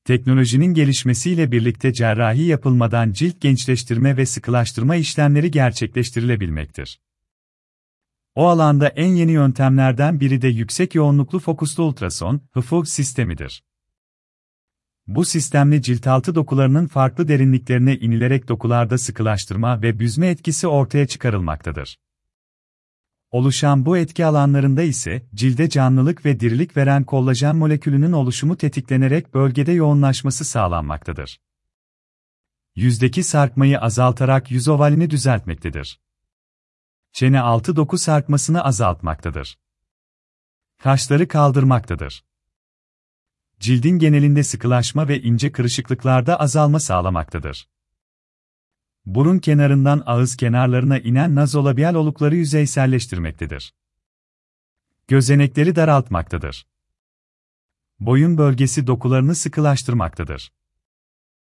Teknolojinin gelişmesiyle birlikte cerrahi yapılmadan cilt gençleştirme ve sıkılaştırma işlemleri gerçekleştirilebilmektir. O alanda en yeni yöntemlerden biri de yüksek yoğunluklu fokuslu ultrason, HFUG sistemidir. Bu sistemle ciltaltı dokularının farklı derinliklerine inilerek dokularda sıkılaştırma ve büzme etkisi ortaya çıkarılmaktadır. Oluşan bu etki alanlarında ise, cilde canlılık ve dirilik veren kollajen molekülünün oluşumu tetiklenerek bölgede yoğunlaşması sağlanmaktadır. Yüzdeki sarkmayı azaltarak yüz ovalini düzeltmektedir. Çene altı doku sarkmasını azaltmaktadır. Kaşları kaldırmaktadır. Cildin genelinde sıkılaşma ve ince kırışıklıklarda azalma sağlamaktadır. Burun kenarından ağız kenarlarına inen nazolabial olukları yüzeyselleştirmektedir. Gözenekleri daraltmaktadır. Boyun bölgesi dokularını sıkılaştırmaktadır.